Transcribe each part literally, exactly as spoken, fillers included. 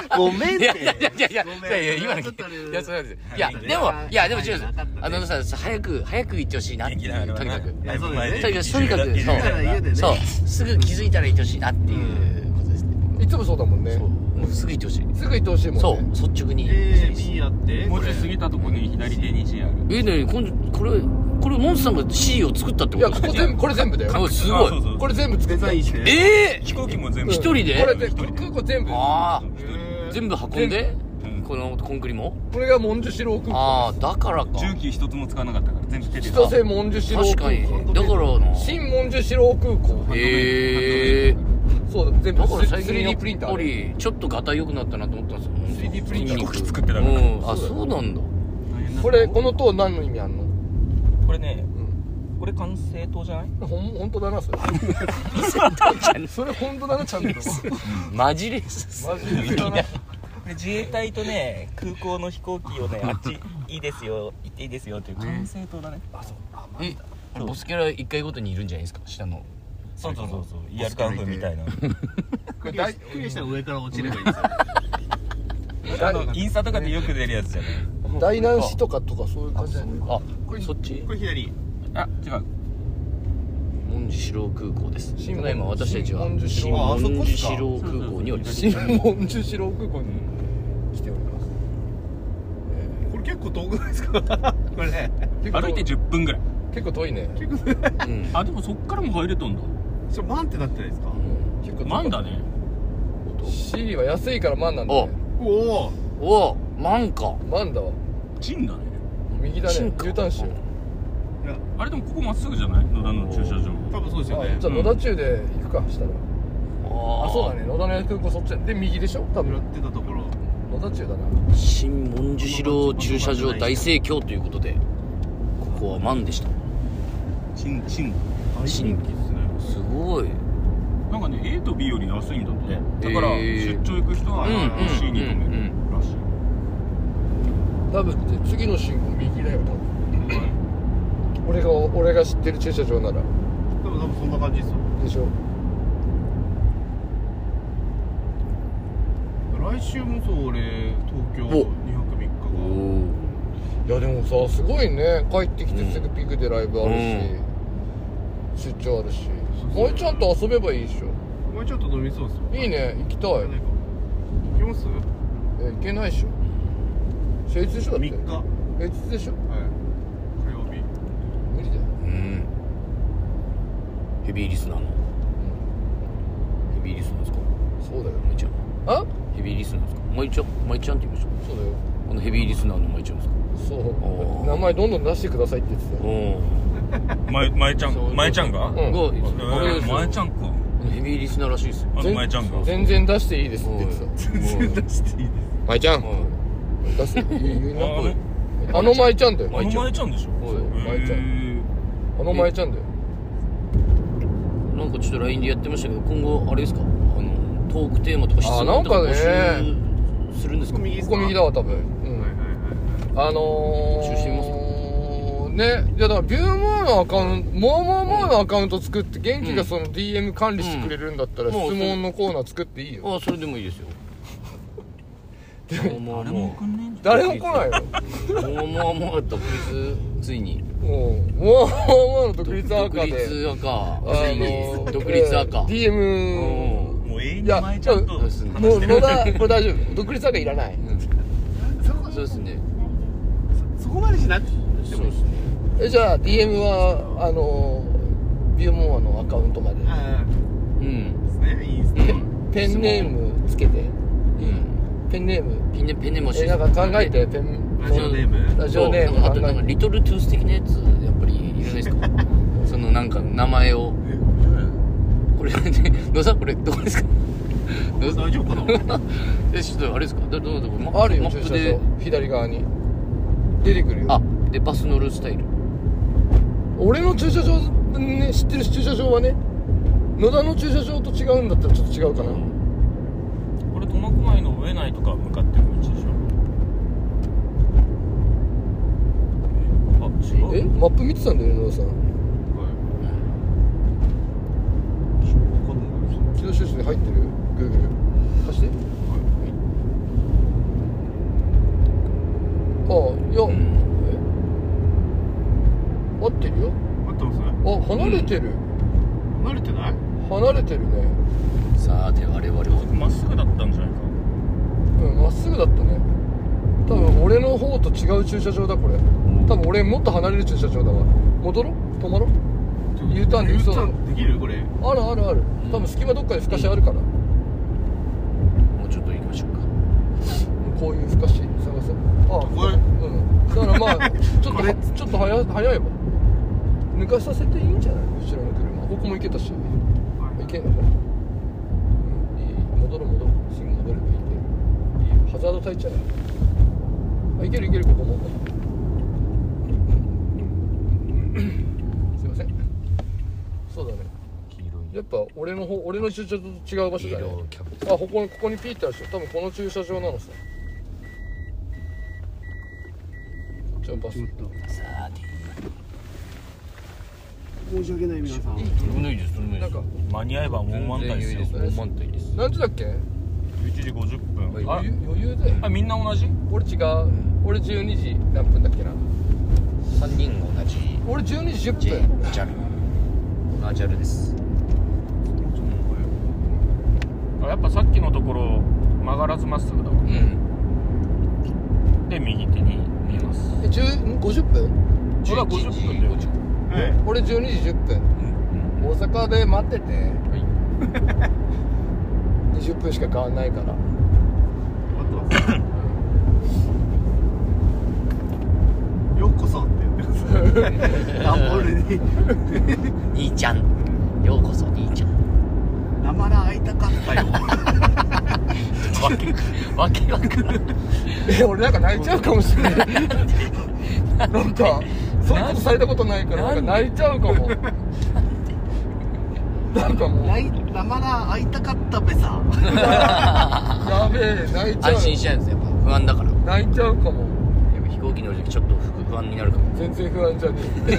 ごめんって。 いやいやいやいやいやいや今のいやそうなんですいやでもいやでも違うんですあのさ早く早く行ってほしいなっていうとにかくいやそうだよねとにかくとにかくいじるから言うでねそうすぐ気づいたら行ってほしいなっていうことですねいつもそうだもんね。 そうもうすぐ行ってほしいすぐ行ってほしいもんね。 そう率直に A、B やってもうちょい過ぎたとこに左手に C ある。 えねえこれこれこれモンスさんが C を作ったっていや、 ことここ全部、これ全部だよ。 あすごいそうそうこれ全部作った。 デザインして。 ええ飛行機も全部一人でこれで、空港全部。 ああへー全部運んでうんこのコンクリもこれがモンジュシロー空港。 ああだからか重機一つも使わなかったから全部手で千歳モンジュシロー確かに空港。 だからな新モンジュシロー空港。 へえそうだ、全部だから最スリーディー近やっプリンタぱー。 りちょっとガタ良くなったなと思ったんですよスリーディー プリンター筋肉飛行機作ってたからうんあそうなんだこれ、この塔何の意味あんの？ これね、これ管制塔じゃない？ ほん、ほんとだな、それ。それほんとだな、ちゃんと。 マジレスマジでだな。 これ自衛隊とね、空港の飛行機をね、あっちいいですよ、行っていいですよっていう管制塔だね。あ、そう。 えこれボスキャラ一回ごとにいるんじゃないですか下のそうそうそうそう。イヤルカンフみたいな。 これ大、 クリアしたら上から落ちればいいですよ。 あのインスタとかでよく出るやつじゃない？ 大南市とかとかそういう感じだよね。 あそっちこれ左。 あ違うモンジュシロー空港です新ただいま私たちは新モンジュシ新ローモンジュあそこっすかシロー空港におります新モンジュシロー空港に来ております。 これ結構遠くないですか？これ。 結構歩いてじゅっぷんぐらい結構遠いね。 結構うんあでもそっからも入れとんだちょマンってなってないですか？ 結構遠いマンだね C は安いから万なんだね。 おお。 おおマンか万だわ。 チンだね右だね。 新か U ターンしよう。 いやあれでもここまっすぐじゃない野田の駐車場多分そうですよねあ。じゃあ野田中で行くかしたら。 ああ、そうだね。野田の空港そっちで右でしょ多狙分。 ってたところ。 野田中だな。 新モンジュシロー駐車場大盛況ということでここはマンでしたチンチン新ですね。 すごいなんかね A と B より安いんだってだからへー出張行く人はうんうん C に止めるらしい多分って次の信号右だよ多分。俺が俺が知ってる駐車場なら多分多分そんな感じですよ。 でしょ。 来週もそう俺東京おにはくみっかおが。 おいやでもさすごいね。帰ってきてすぐピクでライブあるし、出張あるし。もうちゃんと遊べばいいでしょ。 もうちょっと飲みそうですよ。 いいね。行きたい。 行きます？ え行けないでしょ。平日でしょだってみっか。はい。 平日でしょ。 火曜日。 無理だよ。 うんヘビーリスナーのヘビーリスナーですかそうだよ。 まいちゃんあヘビーリスナーですかまいちゃんまいちゃんって言いましょうそうだよ。 あのヘビーリスナーのまいちゃんですかそうおー名前どんどん出してくださいって言ってたよ。 おまえまえちゃそうんまえちゃんがうんがあれですよまえちゃんかヘビーリスナーらしいですよあのまえちゃんが全然出していいですって言ってた。 全出していいです。 まいちゃん出していい言いなあのまいちゃんだよ。 あのまえちゃんでしょそうまえちゃんへあのまいちゃんだよ。 なんかちょっと ライン でやってましたけど今後あれですかあのトークテーマとか質あ問とかなんかね募集するんですかここ右だわ多分。うはいん。 はいはい。 あの募集してみますー、ね、いやだからビューモアのアカウント、モアモアモアのアカウント作って元気がその ディーエム 管理してくれるんだったら質うん問のコーナー作っていいよ。 あそれでもいいですよもう誰も来んねえんじ誰も来ないよ。 もうもうもう独立ついにもう、モアモアモアの独立赤独で。 立赤あついに独立赤えー ディーエム、 うんもう永遠にいや、 前ちゃんとそうですねもう野田、これ大丈夫。独立赤いらない。 そうですねそこまでしなくてそうですねえ、じゃあ ディーエム は、あの、ビューモアのアカウントまで。 あうんあですね。いいですね。 ペンネームつけて。 うんペンネーム。 ペンネペンネも欲しいえ、 ですなんか考えて、ペン、 ラジオネーム。 ラジオネームそうあとなんか考えて。 リトルトゥース的なやつやっぱりいらないですかそのなんか名前をこれ野さんこれどこですか野さん大丈夫かな？ えちょっとあれですかどどどこマップあるよ、 マ駐車ップで場。左側に。出てくるよ。 あでバス乗るスタイル俺の駐車場ね、知ってる駐車場はね、野田の駐車場と違うんだったらちょっと違うかな。 これ苫小牧の上内とか向かってる道でしょ。あ違う。 えマップ見てたんだよね、野田さん。木戸収集に入ってる Google 貸して。 てる慣れてない？ 離れてるね。 さて我々はまっすぐだったんじゃないか。 うんまっすぐだったね。多分俺の方と違う駐車場だこれ。多分俺もっと離れる駐車場だわ。戻ろう止まろう U ターンできそうだ。 U ターンできるこれ。 あるあるある。多分隙間どっかにふかしあるから、 もうちょっと行きましょうか。 こういうふかし探せ。ああこれうんだからまあちょっとはちょっと早早いわ。抜かさせていいんじゃない後ろの車。ここも行けたし行けんのかな。うんいい戻る戻るすぐ戻ればいいんでいい。ハザード焚いちゃう。あいけるいけるここもすいません。そうだね。 黄色いやっぱ俺の方俺の駐車場と違う場所だね。 色キャプあここにここにピーってあるでしょ。多分この駐車場なのさ。こっちのバス。 さて申し訳ない皆さん。 それもないですそれもないですなんか間に合えばもう満タンですよ。 全然余裕ですもう満タンです何時だっけ？ じゅういちじごじゅっぷん。あ余裕余裕だよ。 あみんな同じ？ 俺違う。俺じゅうにじ何分だっけな。 さんにん同じ俺じゅうにじじゅっ J 分。 ジャル同じジャルですあやっぱさっきのところ曲がらずまっすぐだわ。 うんで右手に見えます。 えじゅうごじゅっぷん？ これはごじゅっぷんだよ。 はい。 俺じゅうにじじゅっぷん。大阪で待ってて。にじゅっぷんしか変わんないから。 ようこそって言ってます。ダンボールに兄ちゃんようこそ兄ちゃんなまら会いたかったよ。 わけわけわからんえ俺なんか泣いちゃうかもしれない。なんかそういうことされたことないからなんか泣いちゃうかも。なんかもうないなまら会いたかったべさ。 やべえ泣いちゃう。 安心しないんですよやっぱ不安だから泣いちゃうかも。 やっぱ飛行機乗る時ちょっと不安になるかも全然不安じゃね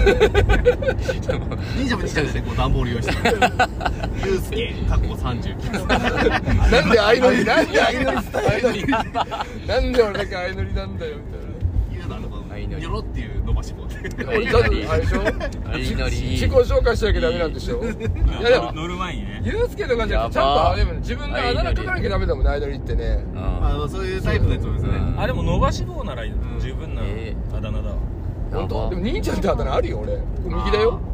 忍者もちっちゃいですね。こうダンボール用意して。ゆうすけ過去さんじゅうきゅう。 え。なんで相乗りなんで相乗り相乗りなんで俺だけ相乗りなんだよみたいな。 言うならば相乗りニョロっていう伸ばし棒で。 俺多分あれでしょ。 相乗り自己紹介しなきゃダメなんでしょ。いやでも乗る前にね。 ユうスケとかじゃなくてちゃんとあれも自分のあだ名書かなきゃダメだもんね相乗りってね。 うんあのそういうタイプのやつですね。 うんあでも伸ばし棒なら十分なえあだ名だわ。 本当。でも兄ちゃんってあだ名あるよ俺。右だよ。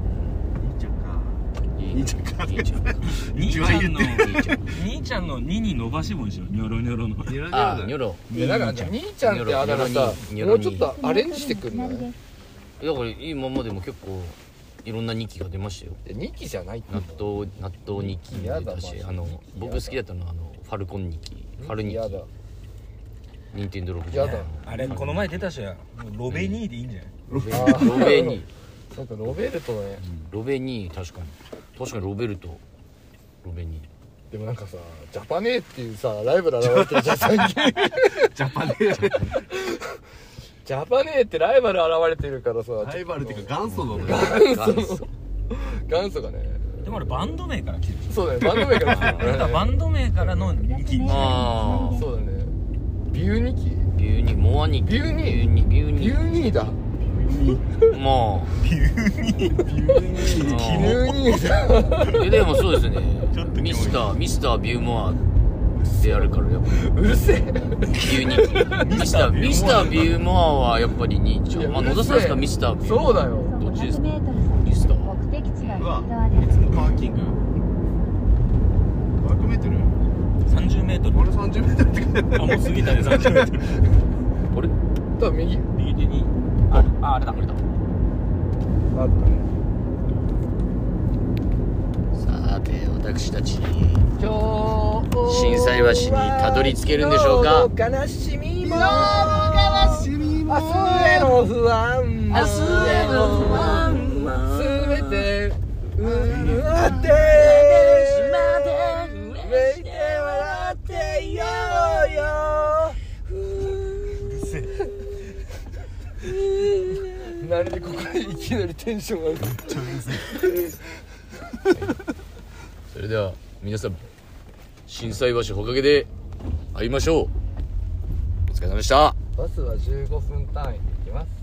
兄ちゃんか。 兄ちゃんか兄ちゃんの兄ちゃん兄ちゃんのにに伸ばし棒にしよう。ニョロニョロの。 あニョロいやだから兄ちゃんってあだ名さニョロニもうちょっとアレンジしてくんない？ だから今までも結構いろんなにきが出ましたよ。 にきじゃないって。 納豆納豆にきも出たしやだあの僕好きだったのはあのファルコンにきファルにきやだニンテンドーろくじゅうやだ。 あれこの前出たしやロベニーでいいんじゃない？ あーロベにそうかロベルトね。 ロベに確かに確かにロベルトロベにでもなんかさジャパネーっていうさライブで現れてるじゃん最近。 ジャパネー。 ジャパネーってライバル現れてるからさライバルっていうか元祖のね。 元祖の元祖がね。 でもあれバンド名から来てるでしょ。 そうだねバンド名から来てるだからバンド名からのにき。 ああそうだねビューニキビューニモアニビューニビューニビューニビューニーだまあビューニーだえでもそうですねちょっとキモいミスターミスタービューモアでやるからやっぱうるせえビューニミスターミスタービューモアはやっぱり兄ちゃんまあ野田さんですかミスタービューモアそうだよどっちですかミスター目的地がうわ右側です。 いつもパーキング。ごひゃくメートル。 さんじゅうメートル。 俺さんじゅうメートルって書いてある。 あもう過ぎたねさんじゅうメートル。 これ多分右右手にあああれだこれだあったねさて私たち今日心斎橋にたどり着けるんでしょうか。 今日の悲しみも悲しみも明日への不安も明日への不安も全て奪って上で笑っていようよなんでここでいきなりテンション上がる。 それでは皆さん心斎橋ほかげで会いましょう。お疲れ様でした。 バスはじゅうごふん単位で行きます。